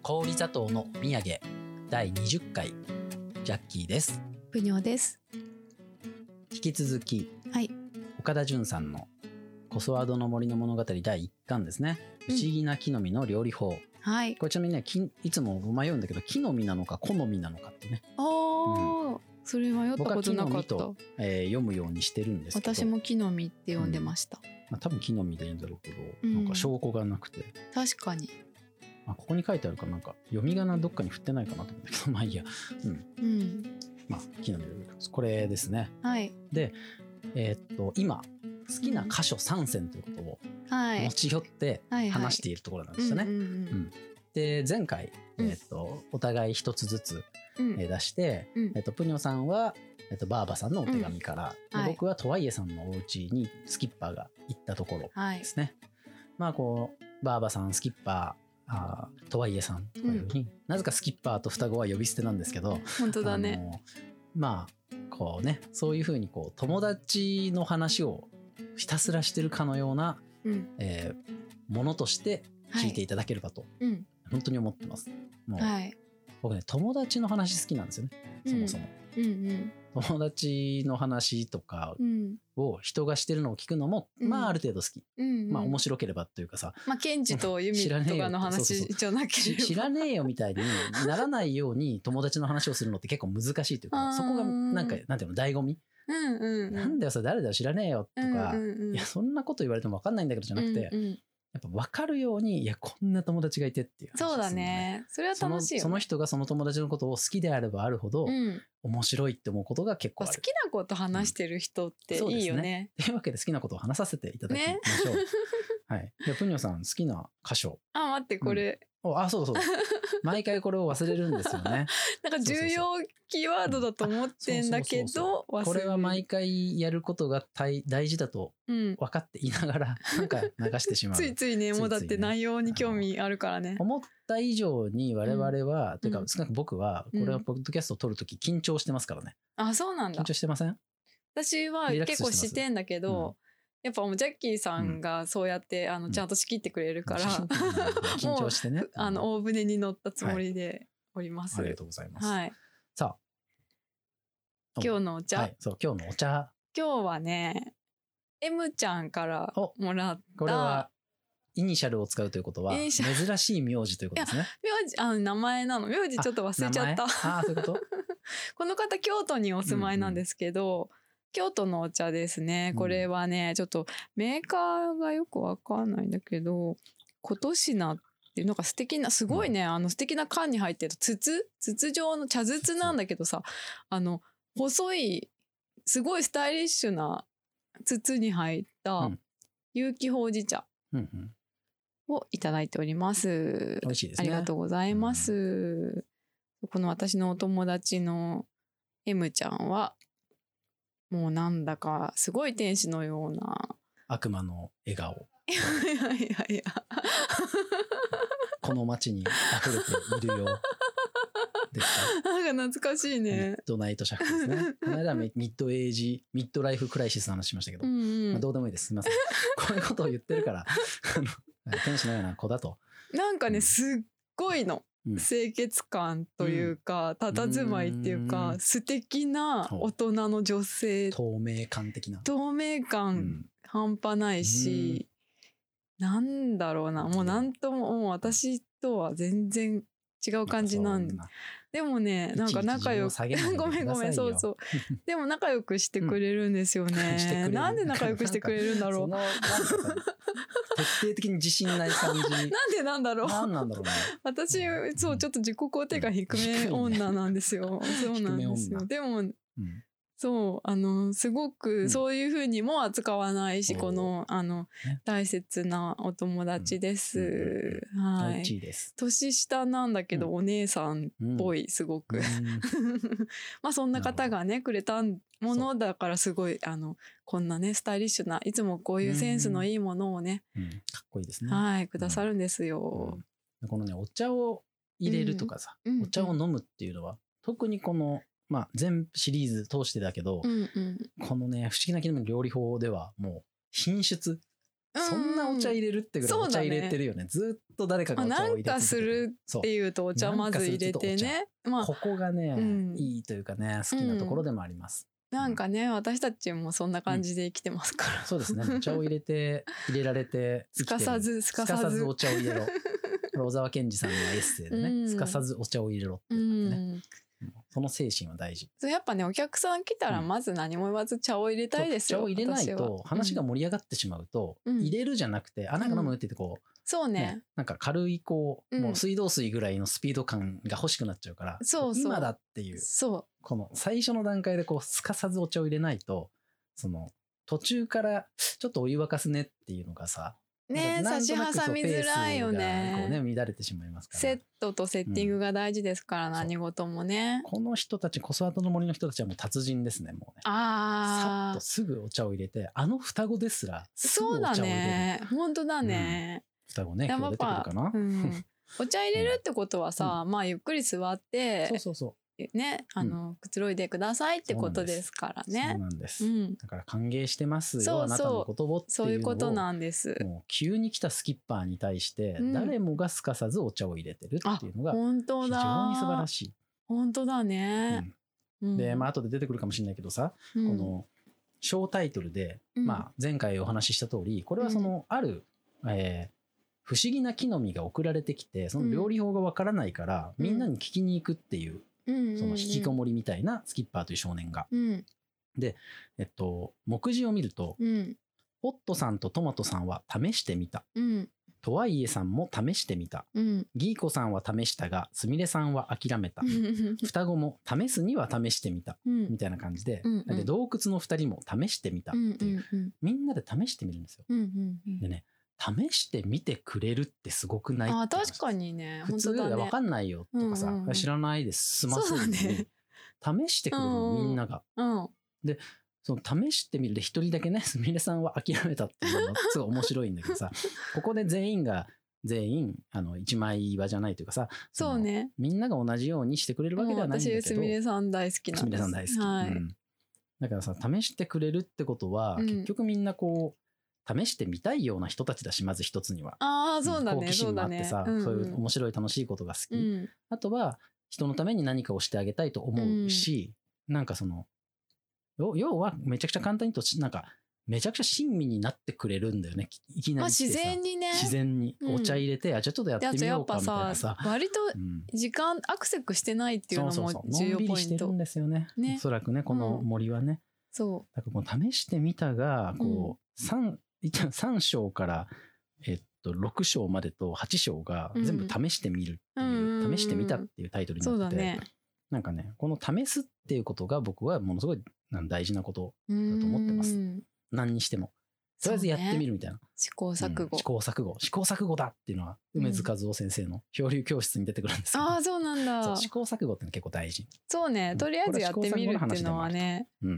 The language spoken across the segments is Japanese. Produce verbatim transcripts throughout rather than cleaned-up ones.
氷砂糖のお土産だいにじゅっかい、ジャッキーです。 ぷにょです。 引き続き、 はい、 岡田准さんのコソワードの森の物語だいいっかんですね、不思議な木の実の料理法、うん、 はい、 これちなみにね、いつも迷うんだけど木の実なのか好みなのかってね。 あー、うん、それ迷ったことなかった。僕は木の実と、 えー、読むようにしてるんですけど、 私も木の実って読んでました、 うんまあ、多分木の実でいいんだろうけど、うん、なんか証拠がなくて、 確かに、 まあ、ここに書いてあるからなんか読み仮名どっかに振ってないかなと思うんだけどまあいいや、うん、うん、まあ木の実これですね。 はい。 で、えー、っと今好きな箇所さんせんということを持ち寄って話しているところなんですよね。で前回、えー、っとお互い一つずつ、うんえー、出して、うんえー、っとプニョさんはえっと、バーバさんのお手紙から、うんはい、僕はトワイエさんのお家にスキッパーが行ったところですね、はい、まあこうバーバさんスキッパーあトワイエさんとかいうふうに、うん、なぜかスキッパーと双子は呼び捨てなんですけど、 本当だね。 まあこうねそういうふうにこう友達の話をひたすらしてるかのような、うんえー、ものとして聞いていただければと、はいうん、本当に思ってます。もう、はい、僕ね友達の話好きなんですよね、そもそも、うんうんうん友達の話とかを人がしてるのを聞くのも、うん、まあある程度好き、うんうん、まあ面白ければというかさ、 まあケンジとユミとかの話じゃなければ知らねえよみたいにならないように友達の話をするのって結構難しいというかそこがなんかなんていうの醍醐味、うんうんうん、なんだよそれ誰だよ知らねえよとか、うんうんうん、いやそんなこと言われても分かんないんだけどじゃなくて、うんうんやっぱ分かるようにいやこんな友達がいてっていう話ですね。 そうだね。それは楽しいよね。 その、その人がその友達のことを好きであればあるほど、うん、面白いって思うことが結構ある。 好きなこと話してる人っていいよね。うん、ねというわけで好きなことを話させていただきましょう。ね、はい。でプニョさん好きな箇所。 あ待ってこれ。 うん、あそうそうそう。毎回これを忘れるんですよね。 なんか重要キーワードだと思ってんだけどこれは毎回やることが大事だと分かっていながら、うん、なんか流してしまう。 ついついねもうだって内容に興味あるからね。 思った以上に我々は、うん、というか少なく僕はこれはポッドキャストを撮るとき緊張してますからね。 あそうなんだ。 緊張してません？ 私は結構してんだけど、やっぱもうジャッキーさんがそうやって、うん、あのちゃんと仕切ってくれるから、うん、 緊張してねもうあの大船に乗ったつもりでおります、 はい、ありがとうございます、 はい、 さあ今日のお茶、 はい、そう今日のお茶今日はね M ちゃんからもらったこれはイニシャルを使うということは珍しい名字ということですね。 名字あ名前なの名字ちょっと忘れちゃった。 ああそういうことこの方京都にお住まいなんですけど、うんうん京都のお茶ですね。これはね、うん、ちょっとメーカーがよくわかんないんだけど、琴品っていうなんか素敵なすごいね、うん、あの素敵な缶に入ってる筒筒状の茶筒なんだけどさ、あの細いすごいスタイリッシュな筒に入った有機ほうじ茶をいただいております。 美味しいですね。 ありがとうございます。うん、この私のお友達の M ちゃんは。もうなんだかすごい天使のような悪魔の笑顔いやいやいやこの街に溢れているよですか。 なんか懐かしいね。 ミッドナイトシャッフですね。この間ミッドエイジミッドライフクライシスの話しましたけど、うんうんまあ、どうでもいいですすみませんこういうことを言ってるから天使のような子だとなんかね、うん、すっごいの清潔感というか、うん、佇まいっていうか素敵な大人の女性、 透明感的な透明感、うん、半端ないし、うん、なんだろうなもうなんとももう私とは全然違う感じなんででもねなんか仲良くごめんごめんそうそうでも仲良くしてくれるんですよね、うん、なんで仲良くしてくれるんだろうなんか徹底的に自信ない感じなんでなんだろうなんなんだろうね私そうちょっと自己肯定感低め女なんですよ、ね、そうなんですよでも、うんそうあのすごくそういう風にも扱わないし、うん、このあの、ね、大切なお友達です、うんうんうん、はい、年下なんだけど、うん、お姉さんっぽいすごく、うん、まあそんな方がねくれたものだからすごいあのこんなねスタイリッシュないつもこういうセンスのいいものをね、 うんうん、かっこいいですねはいくださるんですよ、 うん、このねお茶を入れるとかさ、うん、お茶を飲むっていうのは、うん、特にこのまあ、全シリーズ通してだけど、うんうん、このね不思議な木の実料理法ではもう品質そんなお茶入れるってぐらいお茶入れてるよね。ねずっと誰かがお茶を入れてる。 なんかするっていうとお茶まず入れてね。 まあ、ここがね、うん、いいというかね、好きなところでもあります。 うん、なんかね、私たちもそんな感じで生きてますから。うん、 そうですね。お茶を入れて、入れられてすかさず、すかさず。 すかさずお茶を入れろ。小沢健二さんのエッセイでね、うん、すかさずお茶を入れろって言ってね。うんその精神は大事。 やっぱねお客さん来たらまず何も言わず茶を入れたいですよ。 茶を入れないと話が盛り上がってしまうと、うん、入れるじゃなくてあなんか飲むって言ってこう、うん、 そうね、 ねなんか軽いこう、うん、もう水道水ぐらいのスピード感が欲しくなっちゃうから、そうそう今だっていうそうこの最初の段階でこうすかさずお茶を入れないとその途中からちょっとお湯沸かすねっていうのがさね差し挟みづらいよね。 こうね乱れてしまいますから。 セットとセッティングが大事ですから、うん、何事もね。 この人たちコソアトの森の人たちはもう達人ですねもうね。ああ。さっとすぐお茶を入れてあの双子ですらすぐお茶を入れる。そうだね。 本当だね。 うん、双子ね今日出てくるかな。うん、 お茶入れるってことはさ、うん、まあゆっくり座って。 そうそうそう。 ね、あの、うん、くつろいでくださいってことですからね。 そうなんです。うん、だから歓迎してますよ。そうそうあなたのことをっていうのをそういうことなんです。 もう急に来たスキッパーに対して、うん、誰もがすかさずお茶を入れてるっていうのが非常に素晴らしい。 本当だね。 うん、で、まあ後で出てくるかもしれないけどさ、うん、この小タイトルで、うん、まあ前回お話しした通り、これはそのある、うん、えー不思議な木の実が送られてきて、その料理法がわからないから、みんなに聞きに行くっていう。その引きこもりみたいなスキッパーという少年が、うん、で、えっと、目次を見ると、うん、ホットさんとトマトさんは試してみた、うん、とはいえさんも試してみた、うん、ギーコさんは試したがすみれさんは諦めた双子も試すには試してみた、うん、みたいな感じで、うんうん、で洞窟のふたりも試してみたっていう、うんうんうん、みんなで試してみるんですよ、うんうんうん、でね試してみてくれるってすごくない？ あ確かにね。 普通は分かんないよとかさ、うんうん、知らないです済ませるのに、ね、試してくれるの、みんなが、うんうん、でその試してみるで一人だけねすみれさんは諦めたっていうのがすごい面白いんだけどさここで全員が全員あの一枚岩じゃないというかさそうねみんなが同じようにしてくれるわけではないんだけど、 私すみれさん大好きなんです。 すみれさん大好き、はいうん、だからさ試してくれるってことは、うん、結局みんなこう試してみたいような人たちだしまず一つにはああそうだね、 好奇心もあってさ、そうだね、うんうん、そういう面白い楽しいことが好き、うん、あとは人のために何かをしてあげたいと思うし、うん、なんかその要はめちゃくちゃ簡単に言うとなんかめちゃくちゃ親身になってくれるんだよねいきなり来てさ、まあ、自然にね自然にお茶入れて、うん、あじゃあちょっとやってみようかみたいなさ割と時間、うん、アクセクしてないっていうのも重要ポイント。そうそうそうのんびりしてるんですよね、ねおそらくねこの森はね、うん、そうだからこの試してみたがこう、うん、3さん章から、えっと、ろく章までとはち章が全部試してみるっていう、うん、試してみたっていうタイトルになってて、ね、なんかねこの試すっていうことが僕はものすごい大事なことだと思ってます。何にしてもとりあえずやってみるみたいな、ね、 試行錯誤、 うん、試行錯誤試行錯誤だっていうのは梅津和夫先生の漂流教室に出てくるんですけど、 うん、ああそうなんだ。 そう試行錯誤っての結構大事。 そうねとりあえずやってみるっていうのはね、うんうん、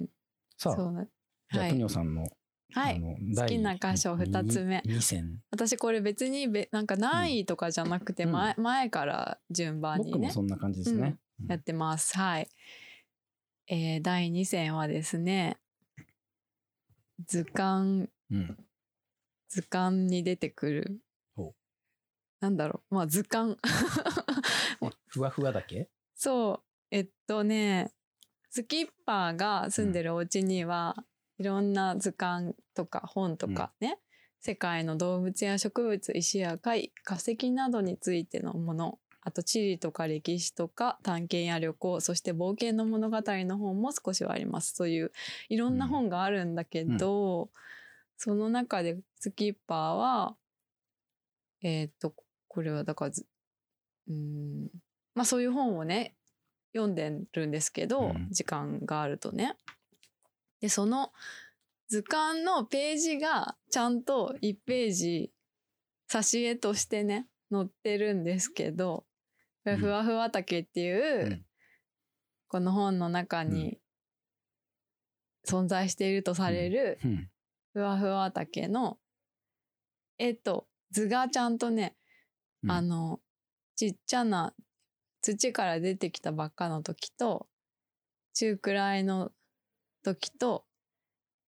さあそうなじゃあトニオさんのはい、好きな箇所ふたつめ。 に選私これ別にべなんか何位とかじゃなくて 前,、うん、前から順番にね僕もそんな感じですね、 うん、やってます。はい、えー、だいに選はですね図鑑、うん、図鑑に出てくるなんだろうまあ図鑑ふわふわだけそうえっとねスキッパーが住んでるお家には、うんいろんな図鑑とか本とかね、うん、世界の動物や植物石や貝化石などについてのものあと地理とか歴史とか探検や旅行そして冒険の物語の本も少しはあります。そういういろんな本があるんだけど、うん、その中でスキッパーはえー、っとこれはだからうんまあそういう本をね読んでるんですけど、うん、時間があるとねでその図鑑のページがちゃんといちページ挿絵としてね載ってるんですけど、うん、ふわふわ竹っていう、うん、この本の中に存在しているとされる、うん、ふわふわ竹の絵と図がちゃんとね、うん、あのちっちゃな土から出てきたばっかの時と中くらいの時と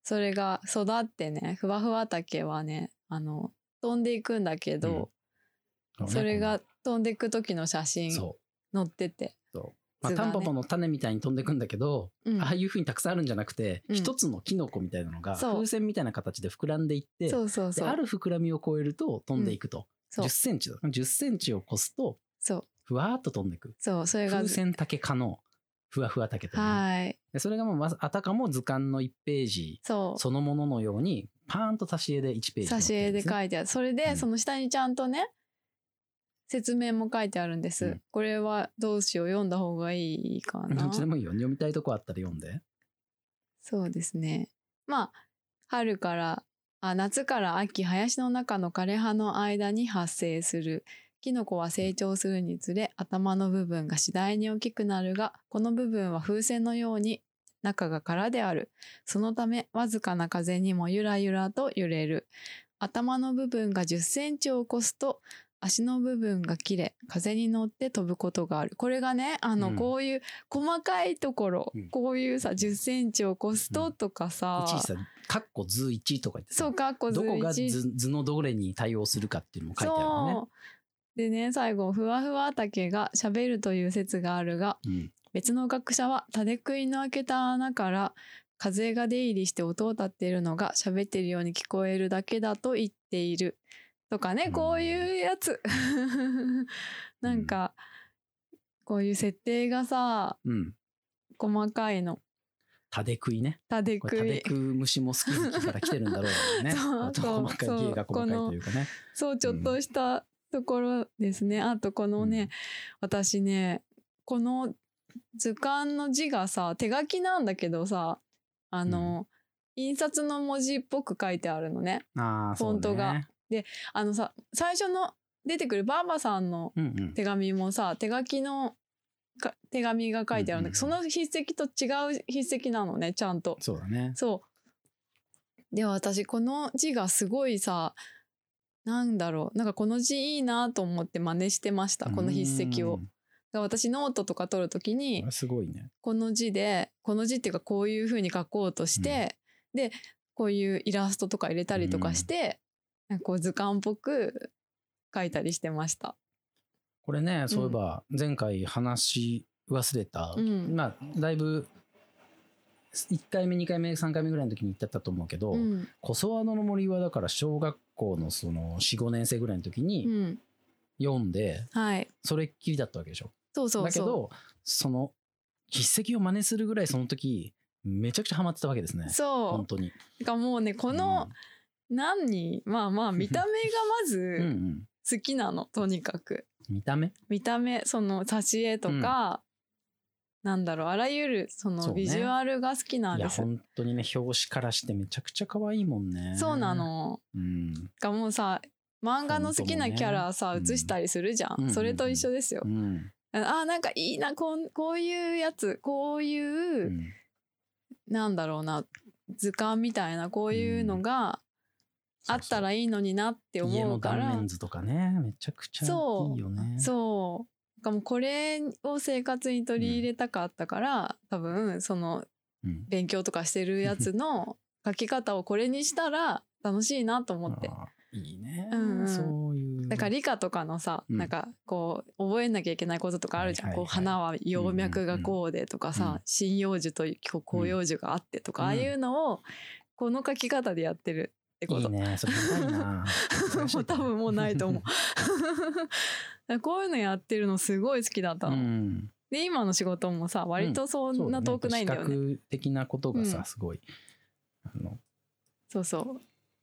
それが育ってね、ふわふわ竹はね、あの飛んでいくんだけど、うん、それが飛んでいく時の写真載ってて、 そうまあ、タンポポの種みたいに飛んでいくんだけど、うん、ああいう風にたくさんあるんじゃなくて、うん、一つのキノコみたいなのが風船みたいな形で膨らんでいって、そうそうそう、である膨らみを超えると飛んでいくと、うん、じゅっセンチだじゅっセンチを越すとふわーっと飛んでいく、そうそれが風船竹科のふわふわ竹と、ね、はい、でそれがもうあたかも図鑑のいちページそのもののようにパーンと挿絵でいちページ、ね、 挿絵で書いてある。それで、うん、その下にちゃんとね説明も書いてあるんです、うん、これはどうしよう、読んだ方がいいかな。 どっちでもいいよ、読みたいとこあったら読んで。 そうですね、まあ春からあ夏から秋、林の中の枯れ葉の間に発生する。キノコは成長するにつれ頭の部分が次第に大きくなるが、この部分は風船のように中が空である。そのためわずかな風にもゆらゆらと揺れる。頭の部分がじゅっセンチを超すと足の部分が切れ、風に乗って飛ぶことがある。これがね、あの、うん、こういう細かいところ、うん、こういうさじゅっセンチを超すととかさ、 うん、いちさカッコ図いちとか言ってさ、 そうカッコ図いち、 どこが 図, 図のどれに対応するかっていうのも書いてあるのね。そうでね、最後ふわふわ竹が喋るという説があるが、うん、別の学者は種食いの開けた穴から風が出入りして音を立っているのが喋っているように聞こえるだけだと言っているとかね、うん、こういうやつなんか、うん、こういう設定がさ、うん、細かいの。 種食いね。 種食い。 種食う虫も好き好きから来てるんだろうね。そうそう細かい芸が細かいというかね。 そうちょっとした、うんところですね。あとこのね、うん、私ねこの図鑑の字がさ手書きなんだけどさ、あの、うん、印刷の文字っぽく書いてあるのね、あフォントが、ね、であのさ最初の出てくるばあばさんの手紙もさ、うんうん、手書きの手紙が書いてあるんだけど、うんうん、その筆跡と違う筆跡なのね、ちゃんと。 そうだね。 そうで私この字がすごいさ、なんだろう、なんかこの字いいなと思って真似してました、この筆跡を。私ノートとか取るときにすごいね、 この字でこの字っていうかこういう風に書こうとして、うん、でこういうイラストとか入れたりとかして、うん、こう図鑑っぽく書いたりしてました。 これね、そういえば前回話し忘れた、うん、まあだいぶいっかいめにかいめさんかいめぐらいの時に言ってたと思うけど、うん、コソワノの森はだから小学校のその よん,ご 年生ぐらいの時に読んで、うんはい、それっきりだったわけでしょ。 そうそうそう。 だけどその筆跡を真似するぐらいその時めちゃくちゃハマってたわけですね。 そう本当に。 だからもうねこの、うん、何まあまあ見た目がまず好きなのうん、とにかく見た目見た目その挿絵とか、うん、なんだろうあらゆるそのビジュアルが好きなんです。 いや本当にね表紙からしてめちゃくちゃ可愛いもんね。 そうなの。うん。がもうさ漫画の好きなキャラさ、ね、写したりするじゃん、うん、それと一緒ですよ。うん、あなんかいいなこう、こういうやつこういう、うん、なんだろうな図鑑みたいなこういうのがあったらいいのになって思うから、うん、 家の断面図とかねめちゃくちゃいいよね。 そうそうもうこれを生活に取り入れたかったから、うん、多分その勉強とかしてるやつの書き方をこれにしたら楽しいなと思って。 いいね、うんうん、そういうだから理科とかのさ、うん、なんかこう覚えなきゃいけないこととかあるじゃん、はいはいはい、こう花は葉脈がこうでとかさ、うんうん、針葉樹と広葉樹があってとか、うん、ああいうのをこの書き方でやってるってこと。 いいねそれいいなもう多分もうないと思うこういうのやってるのすごい好きだったの、うん、で今の仕事もさ割とそんな遠くないんだよね、 うん、視覚的なことがさ、うん、すごいあのそうそう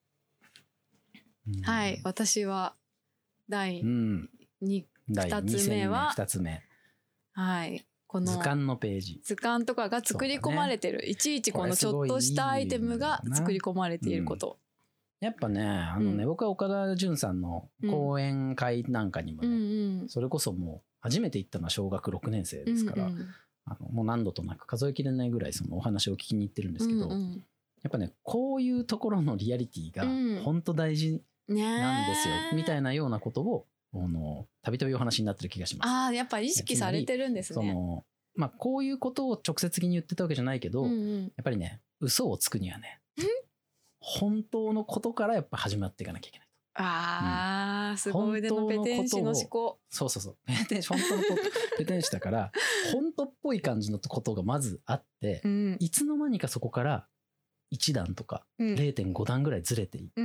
うん、はい私は第2、うん、ふたつめはふたつめはいこの図鑑のページ図鑑とかが作り込まれてる、ね、いちいちこのちょっとしたアイテムが作り込まれていること、 うん、やっぱねあのね、うん、僕は岡田准さんの講演会なんかにもね、うんうん、それこそもう初めて行ったのは小学ろくねん生ですから、うんうん、あのもう何度となく数えきれないぐらいそのお話を聞きに行ってるんですけど、うんうん、やっぱねこういうところのリアリティが本当大事なんですよ、みたいなようなことをたびたびお話になってる気がします。 ああやっぱ意識されてるんですね。 そのまあこういうことを直接的に言ってたわけじゃないけど、うんうん、やっぱりね嘘をつくにはね本当のことからやっぱ始まっていかなきゃいけない。 ああ、うん、すごい腕のペテン師の思考。 そうそうそう。ペテン師、本当のペテン師だから、本当っぽい感じのことがまずあって、うん、いつの間にかそこからいち段とか れいてんご 段ぐらいずれていく、うん、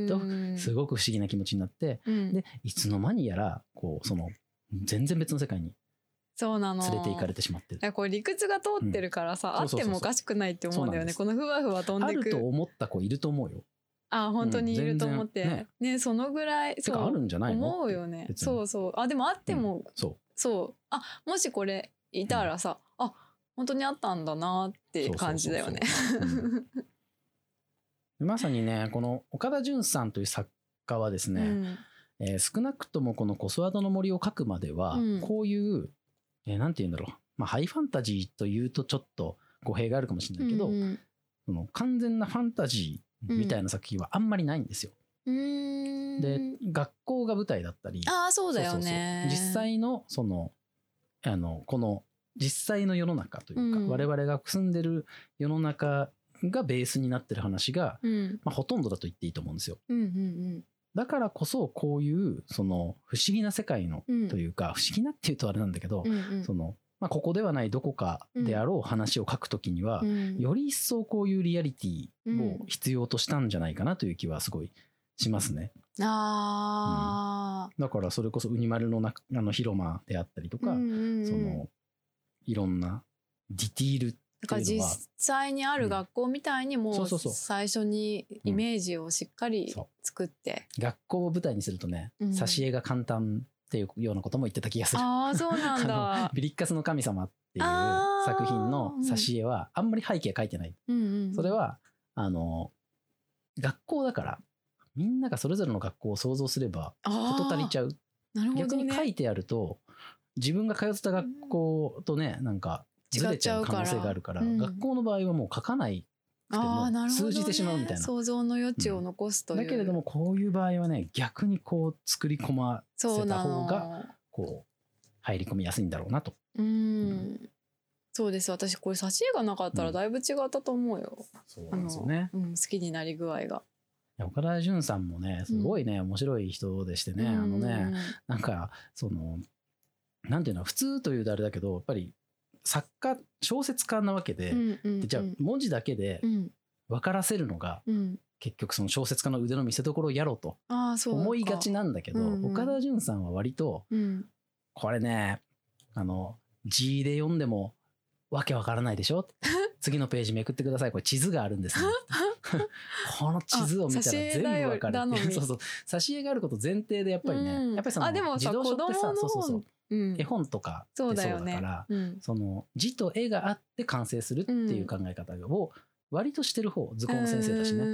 と、すごく不思議な気持ちになって、うん、で、いつの間にやら、こう、その、全然別の世界に連れて行かれてしまってる。 いや、これ理屈が通ってるからさ、うん、あってもおかしくないって思うんだよね。このふわふわ飛んでく。 あると思った子いると思うよ。 あ、本当にいると思って、うん、ね, ねそのぐらいそうあるんじゃないの思うよね。そうそう。あ、でもあっても、うん、そうそうあ、もしこれいたらさ、うん、あ、本当にあったんだなって感じだよね。 まさにね、この岡田准さんという作家はですね、うんえー、少なくともこのコスワードの森を書くまでは、うん、こういう、えー、なんて言うんだろう、まあ、ハイファンタジーというとちょっと語弊があるかもしれないけど、うんうん、その完全なファンタジーみたいな作品はあんまりないんですよ。うん、で学校が舞台だったり、 ああそうだよね。 そうそうそう実際のそのあのこの実際の世の中というか、うん、我々が住んでる世の中がベースになってる話が、うんまあ、ほとんどだと言っていいと思うんですよ。うんうんうん、だからこそこういうその不思議な世界のというか、うん、不思議なっていうとあれなんだけど、うんうん、そのまあ、ここではないどこかであろう話を書くときには、うん、より一層こういうリアリティを必要としたんじゃないかなという気はすごいしますね。あうん、だからそれこそウニマルの中あの広間であったりとか、うんうん、そのいろんなディティールっていうのはだから実際にある学校みたいにもう最初にイメージをしっかり作って、 うん、学校を舞台にするとね、挿絵が簡単っていうようなことも言ってた気がする。 ああ、そうなんだ。 ビリッカスの神様っていう作品の挿絵はあんまり背景描いてない。うんうん、それはあの学校だからみんながそれぞれの学校を想像すれば事足りちゃう。なるほどね、逆に書いてあると自分が通ってた学校とね、なんかずれちゃう可能性があるから、うん、学校の場合はもう書かないくても通じてしまうみたいな、 想像の余地を残すという、 うん、だけれどもこういう場合はね逆にこう作り込ませた方がこう入り込みやすいんだろうなと。うん、 うん、そうです。私これ挿絵がなかったらだいぶ違ったと思うよ、うん、そうなんですよね、うん、好きになり具合が。 岡田准さんもねすごいね、うん、面白い人でしてね、うん、あのねなんかそのなんていうの普通というとあれだけどやっぱり作家小説家なわけで、うんうんうん、でじゃあ文字だけで分からせるのが、うん、結局その小説家の腕の見せ所をやろうと思いがちなんだけど、うんうん、岡田准さんは割と、うん、これねあの字で読んでもわけわからないでしょ次のページめくってくださいこれ地図があるんですねこの地図を見たら全部わかるっていうそうそう挿絵があること前提でやっぱりね、うん、やっぱりその自動書ってさそうそうそううん、絵本とかってそうだから そ, う、ねうん、その字と絵があって完成するっていう考え方を割としてる方図工の先生だしね、うん、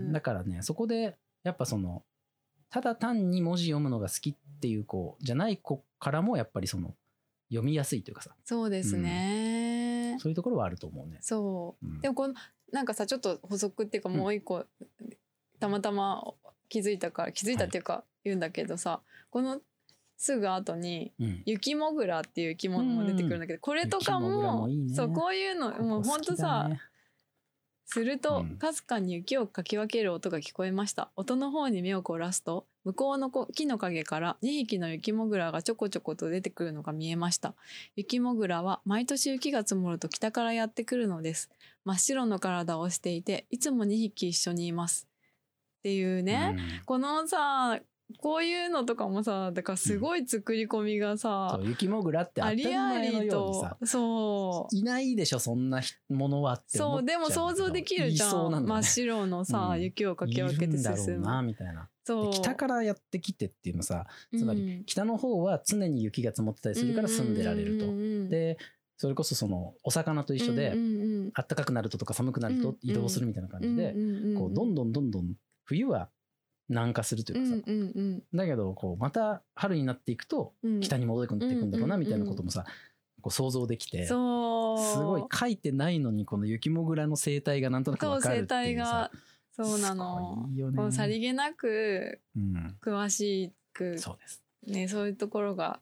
だからねそこでやっぱそのただ単に文字読むのが好きっていう子じゃない子からもやっぱりその読みやすいというかさそうですね、 うん、そういうところはあると思うね。 そう、うん、でもこのなんかさちょっと補足っていうかもう一個、うん、たまたま気づいたから気づいたっていうか言うんだけどさ、はい、このすぐ後に雪もぐらっていう生き物も出てくるんだけど、うん、これとか も, もいい、ね、そうこういうのもうほんとさするとかすかに雪をかき分ける音が聞こえました。音の方に目を凝らすと向こうの木の陰からにひきの雪もぐらがちょこちょこと出てくるのが見えました。雪もぐらは毎年雪が積もると北からやってくるのです。真っ白の体をしていていつもにひき一緒にいますっていうね、うん、このさこういうのとかもさだからすごい作り込みがさ、 うん、そう雪もぐらって当たり前のようにさそういないでしょそんなものはって思っちゃう。 そうでも想像できるじゃん、ね、真っ白のさ、うん、雪をかき分けて進むいるんだろうなみたいな。そう北からやってきてっていうのさつまり北の方は常に雪が積もってたりするから住んでられると、うんうんうん、でそれこそそのお魚と一緒で、うんうんうん、暖かくなるととか寒くなると移動するみたいな感じで、うんうん、こうどんどんどんどん冬は南下するというかさ、うんうんうん、だけどこうまた春になっていくと北に戻っていくんだろうなみたいなこともさ、こう想像できて、そうすごい書いてないのにこの雪もぐらの生態がなんとなく分かるっていうさ、 そうなのいいよ、ね、こうさりげなく詳しく、うん、そうですね、そういうところが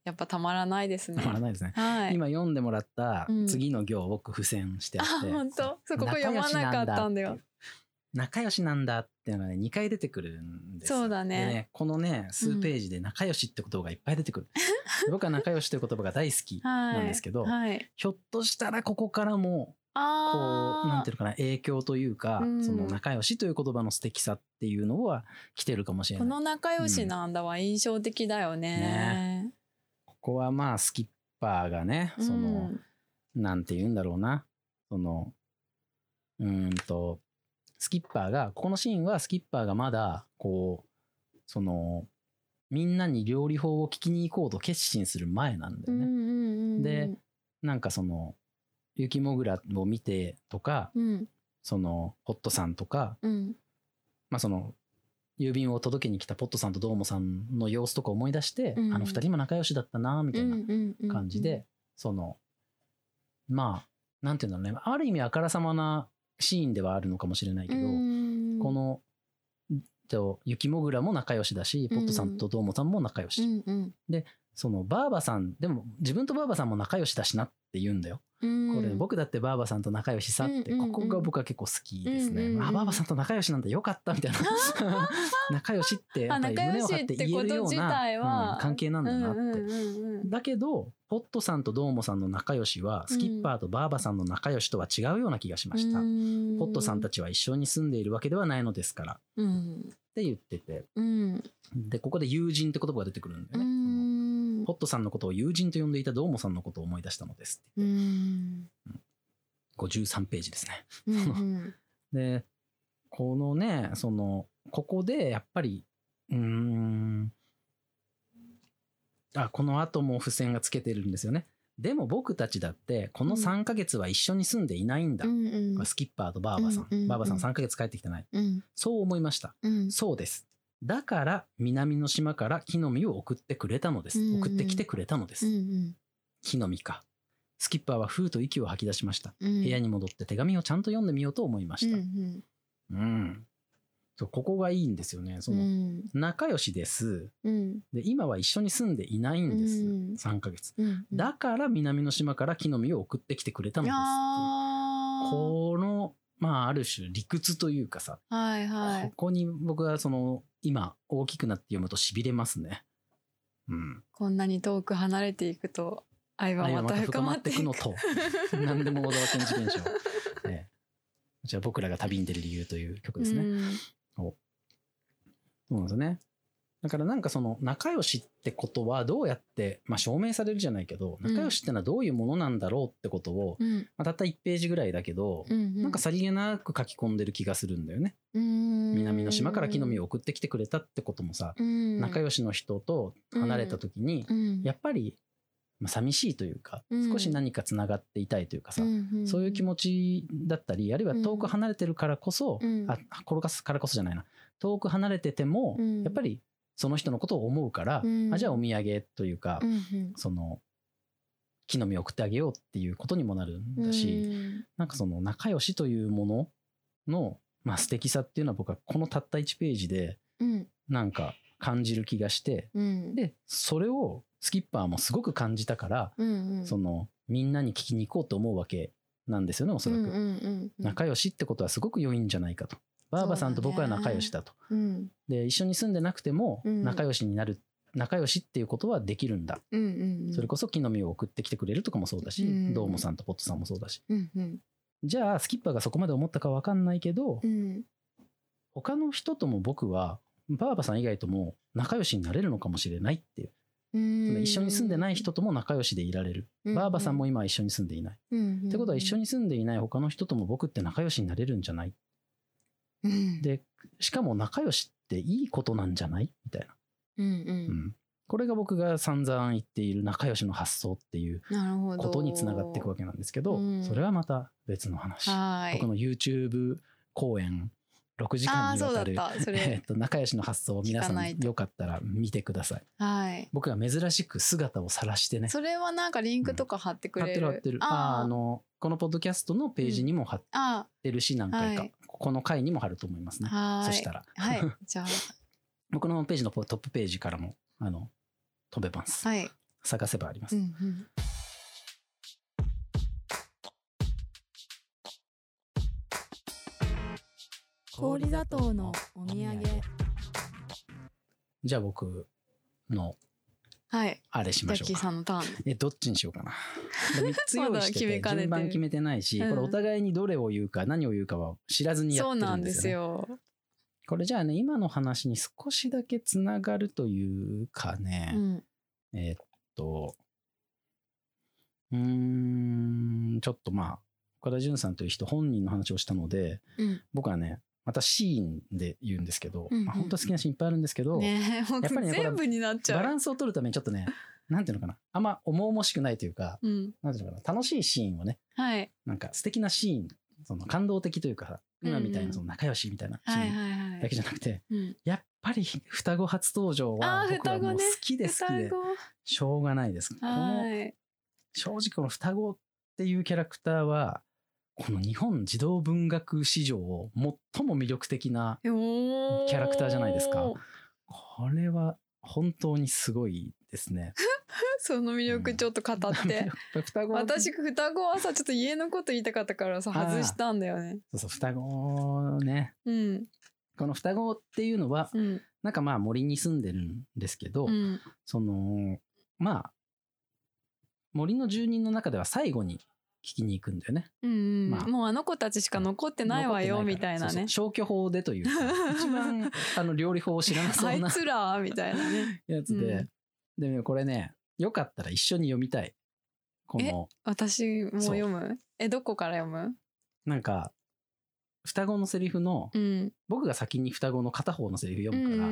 やっぱたまらないですね。 たまらないですね。 はい、 今読んでもらった次の行を僕付箋してあって、 うん、あ本当そうここ読まなかったんだよ。 仲良しなんだっていうのがねにかい出てくるんです。 そうだね。 でねこのね数ページで仲良しって言葉がいっぱい出てくる。うん、僕は仲良しという言葉が大好きなんですけど、はいはい、ひょっとしたらここからもこうなんていうのかな影響というか、うん、その仲良しという言葉の素敵さっていうのは来てるかもしれない。 この仲良しなんだは印象的だよね。 ねここはまあスキッパーがねその、うん、なんて言うんだろうなそのうーんとスキッパーがここのシーンはスキッパーがまだこうそのみんなに料理法を聞きに行こうと決心する前なんだよね。うんうんうんうん、でなんかその雪もぐらを見てとか、うん、そのポットさんとか、うん、まあその郵便を届けに来たポットさんとドーモさんの様子とか思い出して、うん、あの二人も仲良しだったなみたいな感じで、うんうんうんうん、そのまあなんていうんだろうねある意味あからさまなシーンではあるのかもしれないけど、この雪もぐらも仲良しだし、ポットさんとドーモさんも仲良し、うんうん、でそのバーバさんでも自分とバーバさんも仲良しだしなって言うんだよ。これ僕だってバーバさんと仲良しさって、ここが僕は結構好きですね。うんうんうん、あバーバさんと仲良しなんだよかったみたいな仲良しってやっぱり胸を張って言えるような、うん、関係なんだなって、うんうんうんうん、だけどポットさんとドーモさんの仲良しはスキッパーとバーバさんの仲良しとは違うような気がしました。うん、ポットさんたちは一緒に住んでいるわけではないのですから、うん、って言ってて、うん、でここで友人って言葉が出てくるんだよね。うんポットさんのことを友人と呼んでいたドーモさんのことを思い出したのですって言って、うんごじゅうさんページですね。うんうん、でこのねそのここでやっぱりうーんあこの後も付箋がつけてるんですよね。でも僕たちだってこのさんかげつは一緒に住んでいないんだ、うんうん、スキッパーとバーバさん、うんうんうん、バーバさんさんかげつ帰ってきてない、うん、そう思いました、うん、そうです。だから南の島から木の実を送ってくれたのです、うんうん、送ってきてくれたのです、うんうん、木の実か。スキッパーはふーと息を吐き出しました、うん、部屋に戻って手紙をちゃんと読んでみようと思いました。うん、うんうん、そうここがいいんですよね。その、うん、仲良しです、うん、で今は一緒に住んでいないんです、うん、さんかげつ、うん、だから南の島から木の実を送ってきてくれたのですっていうこのまあある種理屈というかさ、はいはい、ここに僕はその今大きくなって読むとしびれますね、うん、こんなに遠く離れていくと愛はまた深まっていくのと何でも小沢健二現象、ね、こちら僕らが旅に出る理由という曲ですね、うん、そうなんですよね。だからなんかその仲良しってことはどうやって、まあ、証明されるじゃないけど、仲良しってのはどういうものなんだろうってことを、うんまあ、たったいちページぐらいだけど、うんうん、なんかさりげなく書き込んでる気がするんだよね。うん南の島から木の実を送ってきてくれたってこともさ、うん仲良しの人と離れた時に、うん、やっぱりまあ寂しいというか、うん、少し何かつながっていたいというかさ、うんうん、そういう気持ちだったり、あるいは遠く離れてるからこそ、うん、あ転がすからこそじゃないな、遠く離れてても、うん、やっぱりその人のことを思うから、うん、あじゃあお土産というか、うんうん、その木の実を送ってあげようっていうことにもなるんだし、うん、なんかその仲良しというものの、まあ、素敵さっていうのは僕はこのたったいちページでなんか感じる気がして、うん、でそれをスキッパーもすごく感じたから、うんうん、そのみんなに聞きに行こうと思うわけなんですよね、おそらく、うんうんうんうん、仲良しってことはすごく良いんじゃないかと。バーバさんと僕は仲良しだと、うん、で一緒に住んでなくても仲良しになる、うん、仲良しっていうことはできるんだ、うんうんうん、それこそ木の実を送ってきてくれるとかもそうだし、うん、ドーモさんとポットさんもそうだし、うんうん、じゃあスキッパーがそこまで思ったか分かんないけど、うん、他の人とも僕はバーバさん以外とも仲良しになれるのかもしれないっていう、うん、一緒に住んでない人とも仲良しでいられる、うん、バーバさんも今は一緒に住んでいない、うんうん、ってことは一緒に住んでいない他の人とも僕って仲良しになれるんじゃない、うん、でしかも仲良しっていいことなんじゃないみたいな、うんうんうん、これが僕が散々言っている仲良しの発想っていうことにつながっていくわけなんですけど、うん、それはまた別の話。僕の YouTube 講演ろくじかんにわたるえっと仲良しの発想を皆さんよかったら見てください。はい、僕が珍しく姿を晒してね。それはなんかリンクとか貼ってくれる、うん、貼ってる貼ってる。ああのこのポッドキャストのページにも貼ってるし、うん、何回か、はい、この回にも貼ると思いますね。そしたら、はい、じゃあ僕のページのトップページからもあの飛べます。はい。 探せばあります。うんうん、 氷砂糖のお土産。 じゃあ僕のあれしましょうか。 ジャッキーさんのターン。 え、どっちにしようかな。みっつ用意してて順番決めてないし、うん、これお互いにどれを言うか何を言うかは知らずにやってるんですよね。そうなんですよ。これじゃあね、今の話に少しだけつながるというかね、うん、えー、っとうーんちょっとまあ岡田准さんという人本人の話をしたので、うん、僕はねまたシーンで言うんですけど、うんうん、まあ、本当好きなシーンいっぱいあるんですけど、ね、やっぱりね全部になっちゃう。バランスを取るためにちょっとねなんていうのかな、あんま重々しくないというか、うん、なんていうのかな、楽しいシーンをね、はい、なんか素敵なシーン、その感動的というか今みたいなその仲良しみたいなシーンだけじゃなくて、うんうん、やっぱり双子初登場は僕はもう好きで好きでしょうがないです。この正直この双子っていうキャラクターはこの日本児童文学史上最も魅力的なキャラクターじゃないですか。これは本当にすごいですね。 その魅力ちょっと語って、うん、双子私双子はさちょっと家のこと言いたかったからさ外したんだよね。 そうそう双子ね、うん、この双子っていうのは、うん、なんかまあ森に住んでるんですけど、うん、そのまあ森の住人の中では最後に聞きに行くんだよね。うん、 まあ、もうあの子たちしか残ってないわよみたいなね。そうそう消去法でというか一番あの料理法を知らなそうなあいつらみたいなねやつで、うん、でもこれねよかったら一緒に読みたい。このえ私も読む？えどこから読む？ なんか双子のセリフの、うん、僕が先に双子の片方のセリフ読むから、うん、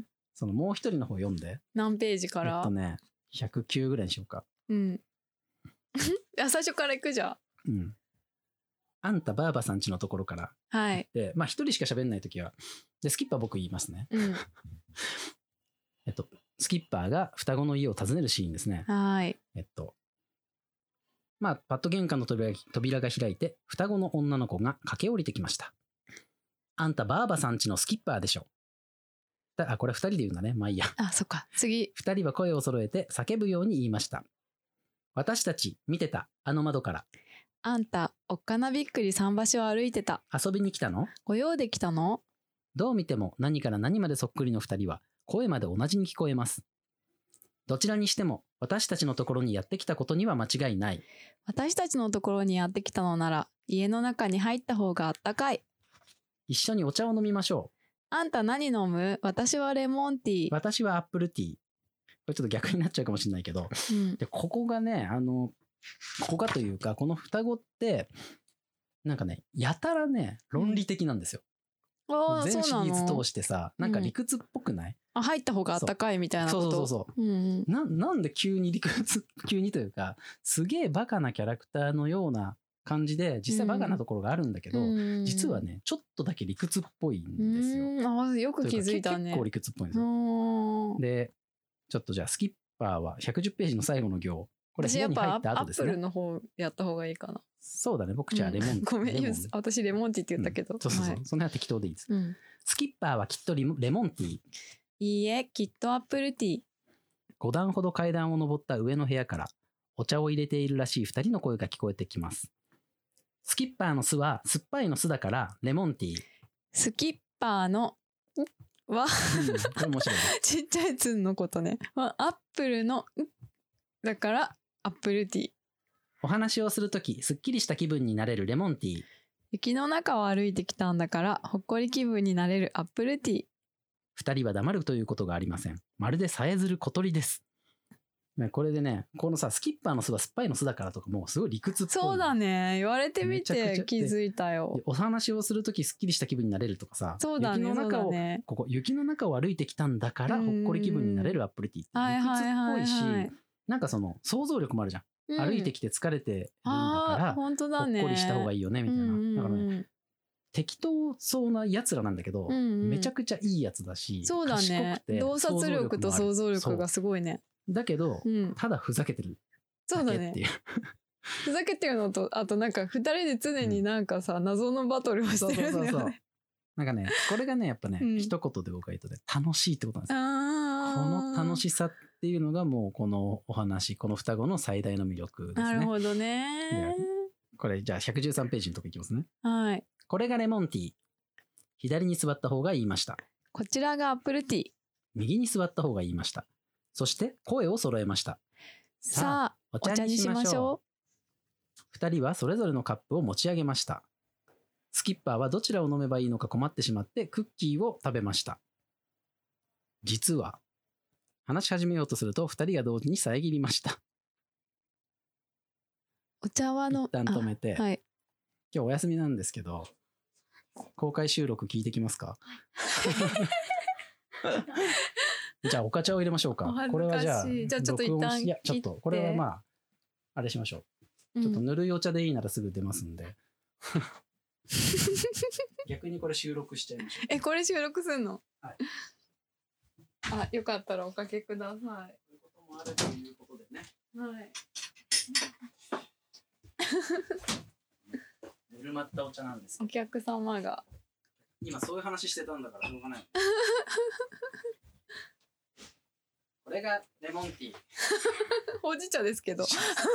そのもう一人の方読んで。 何ページから？ えっとねひゃくきゅうぐらいにしようか。うん最初から行くじゃん。うん。 あんたばあばさん家のところから。はい。で、まあ一人しか喋んないときは、で、スキッパー僕言いますね。うん。えっと、スキッパーが双子の家を訪ねるシーンですね。はい。えっと、まあ、パッと玄関の扉、扉が開いて、双子の女の子が駆け下りてきました。あんたばあばさん家のスキッパーでしょ。あ、これ二人で言うんだね。まあいいや。 あ、そっか。次。 二人は声を揃えて叫ぶように言いました。私たち見てたあの窓から。 あんたおっかなびっくり桟橋を歩いてた。 遊びに来たの？ ご用で来たの？ どう見ても何から何までそっくりの二人は声まで同じに聞こえます。どちらにしても私たちのところにやってきたことには間違いない。 私たちのところにやってきたのなら家の中に入った方があったかい。 一緒にお茶を飲みましょう。あんた何飲む？私はレモンティー。 私はアップルティー。これちょっと逆になっちゃうかもしれないけど、うん、でここがねあのここがというかこの双子ってなんかねやたらね論理的なんですよ。うん、全シリーズ通してさなんか理屈っぽくない？ うん、あ入った方があったかいみたいなこと。 そうそうそうそう、うんうん、な, なんで急に理屈急にというかすげえバカなキャラクターのような感じで実際バカなところがあるんだけど、うん、実はねちょっとだけ理屈っぽいんですよ。 うん、あよく気づいたね。 結構理屈っぽいんですよ。でちょっとじゃあスキッパーはひゃくじゅっページの最後の行、これ部屋に入った後ですね。 アップルの方やった方がいいかな。 そうだね、僕じゃあレモン、うん、 ごめん私レモンティーって言ったけど、 うん、そうそうそう、はい、その辺は適当でいいです、うん、スキッパーはきっとレモンティー。いいえきっとアップルティー。 ご段ほど階段を上った上の部屋からお茶を入れているらしいふたりの声が聞こえてきます。スキッパーの巣は酸っぱいの巣だからレモンティー。 スキッパーのは、うん、ちっちゃいつんのことね。アップルのだからアップルティー。 お話をするときすっきりした気分になれるレモンティー。 雪の中を歩いてきたんだからほっこり気分になれるアップルティー。 二人は黙るということがありません。まるでさえずる小鳥です。これでねこのさスキッパーの巣は酸っぱいの巣だからとかもうすごい理屈っぽい。 そうだね言われてみて気づいたよ。 お話をするときすっきりした気分になれるとかさ、 そうだね、 雪の中を、ね、ここ雪の中を歩いてきたんだからほっこり気分になれるアップルティーって理屈っぽいし、はいはいはいはい、なんかその想像力もあるじゃん、うん、歩いてきて疲れてるんだから本当だね、 ほっこりした方がいいよねみたいな、うん、だからね適当そうなやつらなんだけど、うんうん、めちゃくちゃいいやつだし、 そうだね、洞察力と想像力がすごいね。 だけど、うん、ただふざけてるだけっていう。 ふざけてるのとあとなんかふたりで常になんかさ、うん、謎のバトルをしてるんだよね。そうそうそうそうなんかねこれがねやっぱね、うん、一言で僕が言うとね楽しいってことなんですよ。この楽しさっっていうのがもうこのお話、この双子の最大の魅力ですね。 なるほどね。 これじゃあひゃくじゅうさんページのとこいきますね。 はい。 これがレモンティー。左に座った方が言いました。 こちらがアップルティー。 右に座った方が言いました。そして声を揃えました。 さあ、お茶にしましょう。 二人はそれぞれのカップを持ち上げました。スキッパーはどちらを飲めばいいのか困ってしまってクッキーを食べました。実は、話し始めようとすると二人が同時に遮りました。 お茶はの一旦止めて、 はい、 今日お休みなんですけど、公開収録聞いてきますか？じゃあお茶を入れましょうか。これはじゃあ、 じゃあちょっと一旦いやちょっとこれはまああれしましょう。ちょっとぬるいお茶でいいならすぐ出ますんで。うん、逆にこれ収録しちゃいましょう。 え、これ収録すんの？ はい。 あ、よかったらおかけください。 そういうこともあるということでね。 はい。 ぬるまったお茶なんです。 お客様が。 今そういう話してたんだからしょうがない。これがレモンティー。 ほうじ茶ですけど。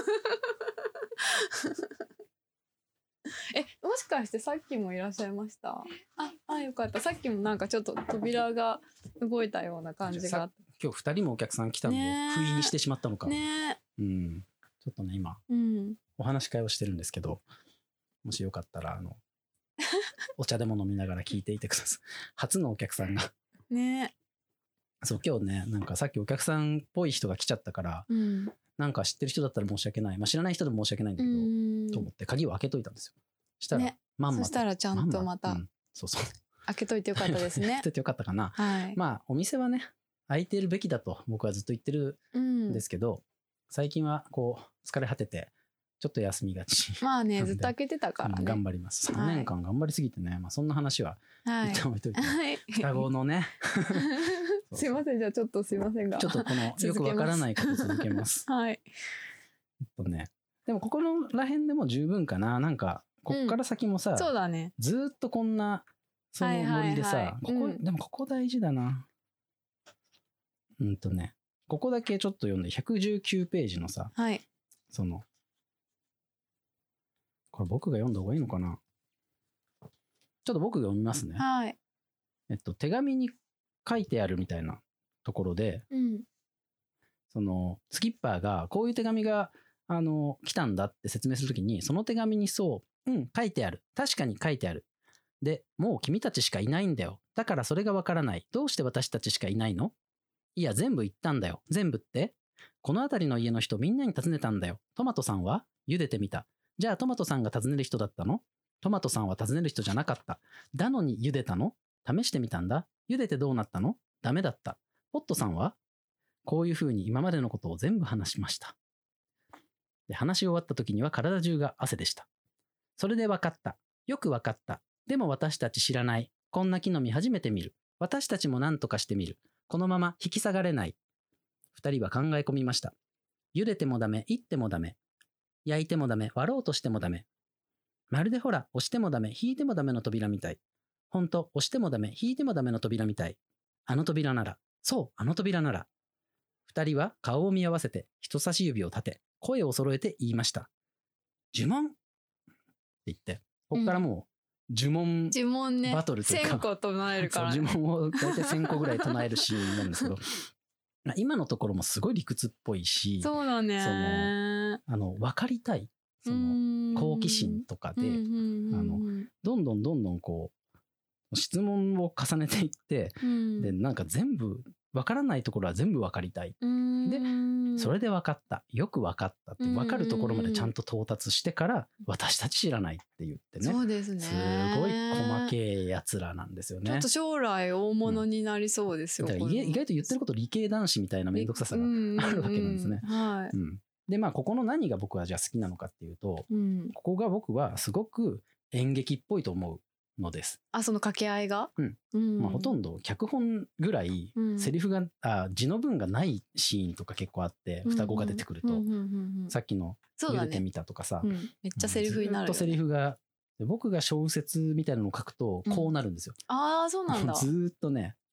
え、もしかしてさっきもいらっしゃいました？あ、あ、よかった。さっきもなんかちょっと扉が動いたような感じがあった。 今日ふたりもお客さん来たのを不意にしてしまったのか。 ね。 うん。ちょっとね今、 うん、 お話し会をしてるんですけど、もしよかったらあのお茶でも飲みながら聞いていてください。初のお客さんがね。 そう今日ねなんかさっきお客さんっぽい人が来ちゃったから、 うん、なんか知ってる人だったら申し訳ない、まあ、知らない人でも申し訳ないんだけどと思って鍵を開けといたんですよ。したら、 ね、 まんまとそしたらちゃんとまた、 うん、そうそう開けといてよかったですね。 開けといてよかったかな。 はい、 まあお店はね開いているべきだと僕はずっと言ってるんですけど、うん、最近はこう疲れ果ててちょっと休みがち。 まあねずっと開けてたからね。 頑張ります。さんねんかん頑張りすぎてね、はい、まあそんな話は一旦置いといて、はい、双子のねすいませんじゃあちょっとすいませんがちょっとこのよくわからないこと続けます。 はい。えっとねでもここのらへんでも十分かな。なんかこっから先もさ、うん、 そうだね。 ずっとこんなその森でさ、はいはいはい、ここ、うん、でもここ大事だな。うんとねここだけちょっと読んでひゃくじゅうきゅうページのさ、 はい、 そのこれ僕が読んだ方がいいのかな。ちょっと僕が読みますね。 はい。 えっと手紙に書いてあるみたいなところで、 うん、 そのスキッパーがこういう手紙があの来たんだって説明するときにその手紙にそううん書いてある確かに書いてあるでもう君たちしかいないんだよだからそれがわからないどうして私たちしかいないのいや全部言ったんだよ全部ってこの辺りの家の人みんなに尋ねたんだよトマトさんは茹でてみたじゃあトマトさんが尋ねる人だったのトマトさんは尋ねる人じゃなかっただのに茹でたの試してみたんだ茹でてどうなったのダメだったポットさんはこういうふうに今までのことを全部話しました。で話し終わった時には体中が汗でした。それで分かった。よく分かった。でも私たち知らない。こんな木の実初めて見る。私たちも何とかしてみる。このまま引き下がれない。二人は考え込みました。茹でてもダメ、いってもダメ。焼いてもダメ、割ろうとしてもダメ。まるでほら、押してもダメ、引いてもダメの扉みたい。ほんと、押してもダメ、引いてもダメの扉みたい。あの扉なら。そう、あの扉なら。二人は顔を見合わせて人差し指を立て声を揃えて言いました。呪文って言ってここからもう呪文バトルというか、 うん、千個唱えるから、ね、 呪文を大体千個ぐらい唱えるシーンなんですけど今のところもすごい理屈っぽいしそうだね。 そのあの分かりたいその好奇心とかであのどんどんどんどんこう質問を重ねていって、うん、でなんか全部分からないところは全部分かりたい。で、それで分かった。よく分かったって分かるところまでちゃんと到達してから私たち知らないって言ってね。 そうですね。 すごい細けえやつらなんですよね。 ちょっと将来大物になりそうですよ。 うん、だから意外と言ってること理系男子みたいな面倒くささがあるわけなんですね。 はい。うん、 でまあここの何が僕はじゃあ好きなのかっていうと、うん、ここが僕はすごく演劇っぽいと思う。のです。 あ、その掛け合いが、 うんうんまあ、ほとんど脚本ぐらいセリフが、うん、あ字の文がないシーンとか結構あって、うん、双子が出てくると、うんうんうんうん、さっきの茹でてみたとかさ、 ねうん、めっちゃセリフになるよ、ね、 ずっとセリフが僕が小説みたいなのを書くとこうなるんですよ、 うん、ああそうなんだ。 ずっとね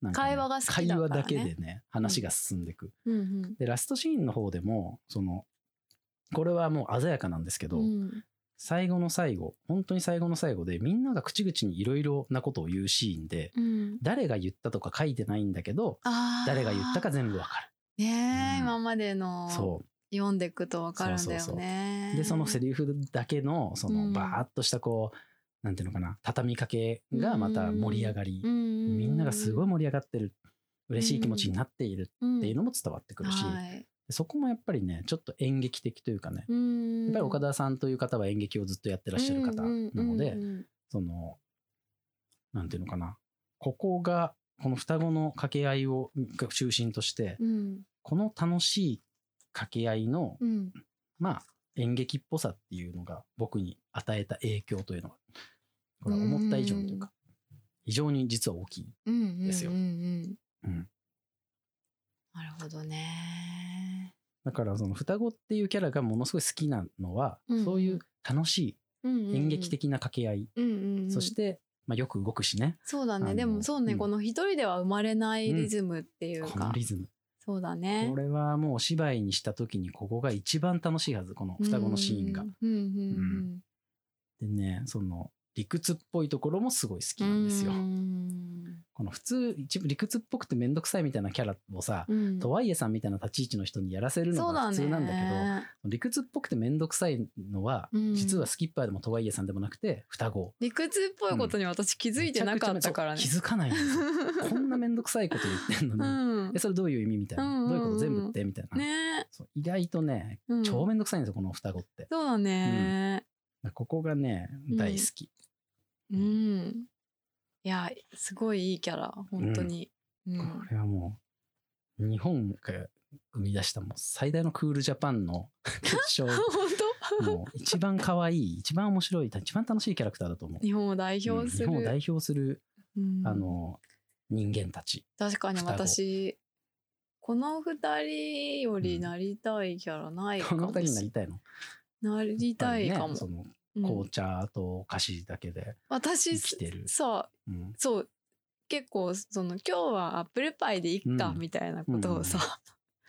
なんか、ね、 会話が好きだからね。 会話だけでね話が進んでいく、 うんうん、 でラストシーンの方でもそのこれはもう鮮やかなんですけど、うん、最後の最後本当に最後の最後でみんなが口々にいろいろなことを言うシーンで、うん、誰が言ったとか書いてないんだけど誰が言ったか全部わかるね、うん、今までのそう読んでいくとわかるんだよね。そうそうそうでそのセリフだけのそのバーッとしたこう、うん、なんていうのかな畳みかけがまた盛り上がり、うん、みんながすごい盛り上がってる嬉しい気持ちになっているっていうのも伝わってくるし、うんはい、そこもやっぱりねちょっと演劇的というかね、うん、やっぱり岡田さんという方は演劇をずっとやってらっしゃる方なので、そのなんていうのかなここがこの双子の掛け合いを中心として、うん、この楽しい掛け合いの、うん、まあ演劇っぽさっていうのが僕に与えた影響というのがこれは思った以上というか非常に実は大きいんですよ。なるほどね。 だからその双子っていうキャラがものすごい好きなのは、うん、そういう楽しい演劇的な掛け合い、うんうんうん、そしてまあ、よく動くしね。 そうだね。でもそうね、うん、この一人では生まれないリズムっていうか、うん、 このリズムそうだね。 これはもうお芝居にした時にここが一番楽しいはず、この双子のシーンが。でね、その理屈っぽいところもすごい好きなんですよ。この普通一部理屈っぽくてめんどくさいみたいなキャラをさ、うん、とはいえさんみたいな立ち位置の人にやらせるのが普通なんだけど、理屈っぽくてめんどくさいのは、うん、実はスキッパーでもとはいえさんでもなくて双子。 理屈っぽいことに私気づいてなかったからね。 気づかないんですよ。こんなめんどくさいこと言ってんのに、うん、えそれどういう意味みたいな、うんうんうん、どういうこと全部ってみたいな、ね、そう意外とね、うん、超めんどくさいんですよこの双子って。 そうだね、 うん、ここがね大好き。 うん、うんいやすごいいいキャラ本当に、 うんうん、これはもう日本が生み出したもう最大のクールジャパンの決勝本当もう一番可愛い一番面白い一番楽しいキャラクターだと思う。 日本を代表する、 うん、日本を代表する、うん、あの人間たち。 確かに私この二人よりなりたいキャラないかもしれない、うん、この二人になりたいのなりたいかも、 ね、その紅茶とお菓子だけで生きてる。 私そう、うん、そう結構その今日はアップルパイでいっかみたいなことをさ、うん、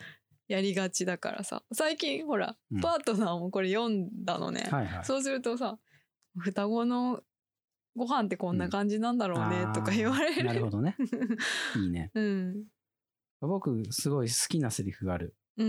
やりがちだからさ最近ほら、うん、パートナーもこれ読んだのね、はいはい、そうするとさ双子のご飯ってこんな感じなんだろうね、うん、とか言われる。 なるほどねいいね、うん、僕すごい好きなセリフがある、うんうん、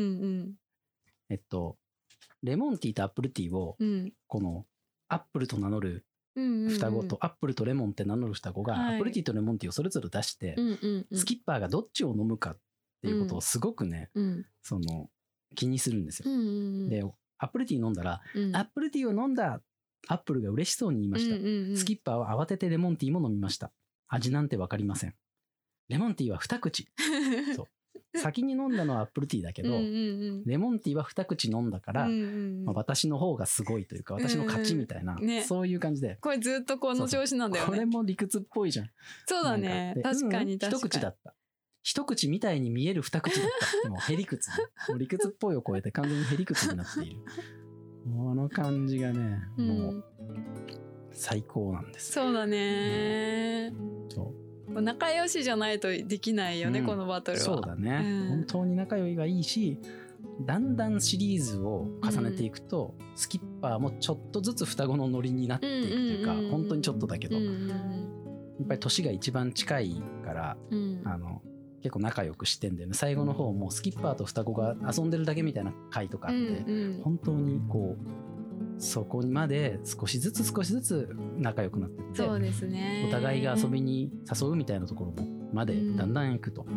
えっとレモンティーとアップルティーを、うん、このアップルと名乗る双子とアップルとレモンって名乗る双子がアップルティーとレモンティーをそれぞれ出して、スキッパーがどっちを飲むかっていうことをすごくね、その気にするんですよ。でアップルティー飲んだら、アップルティーを飲んだアップルが嬉しそうに言いました。スキッパーは慌ててレモンティーも飲みました。味なんてわかりません。レモンティーは二口。そう先に飲んだのはアップルティーだけど、うんうんうん、レモンティーは二口飲んだから、うんうんまあ、私の方がすごいというか私の勝ちみたいな、うんうんね、そういう感じでこれずっとこの調子なんだよね。 そうそうこれも理屈っぽいじゃん。 そうだね確かに、うん、確かに一口だった一口みたいに見える二口だったもうへりくつ、ね、もう理屈っぽいを超えて完全にへりくつになっているこの感じがね、うん、もう最高なんです、ね、 そうだね、うん、そう仲良しじゃないとできないよね、うん、このバトルは。 そうだね、うん、本当に仲良いがいいしだんだんシリーズを重ねていくと、うん、スキッパーもちょっとずつ双子のノリになっていくというか、うんうんうん、本当にちょっとだけど、うんうんうん、やっぱり年が一番近いから、うん、あの結構仲良くしてんだよね。最後の方もスキッパーと双子が遊んでるだけみたいな回とかあって、うんうん、本当にこうそこまで少しずつ少しずつ仲良くなっていって、 そうですね、 お互いが遊びに誘うみたいなところもまでだんだん行くと、うん、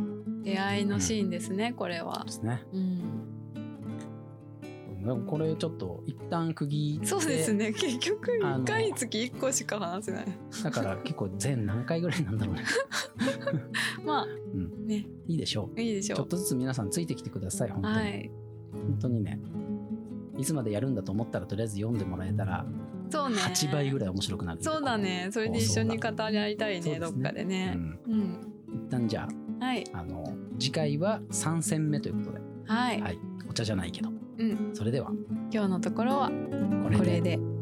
出会いのシーンですね、うん、これは。 そうですね、うん、でもこれちょっと一旦区切って、 そうですね、結局いっかいにつきいっこしか話せないだから結構全何回ぐらいなんだろうねまあ、うん、ねいいでしょういいでしょう。 ちょっとずつ皆さんついてきてください本当に、はい、本当にねいつまでやるんだと思ったらとりあえず読んでもらえたらそう、ね、はちばいぐらい面白くなる。 そうだね、それで一緒に語り合いたい ね, ねどっかでね、うんうん、 一旦じゃあ、はい、あの次回はさん戦目ということで、はいはい、お茶じゃないけど、うん、それでは今日のところはこれで。これで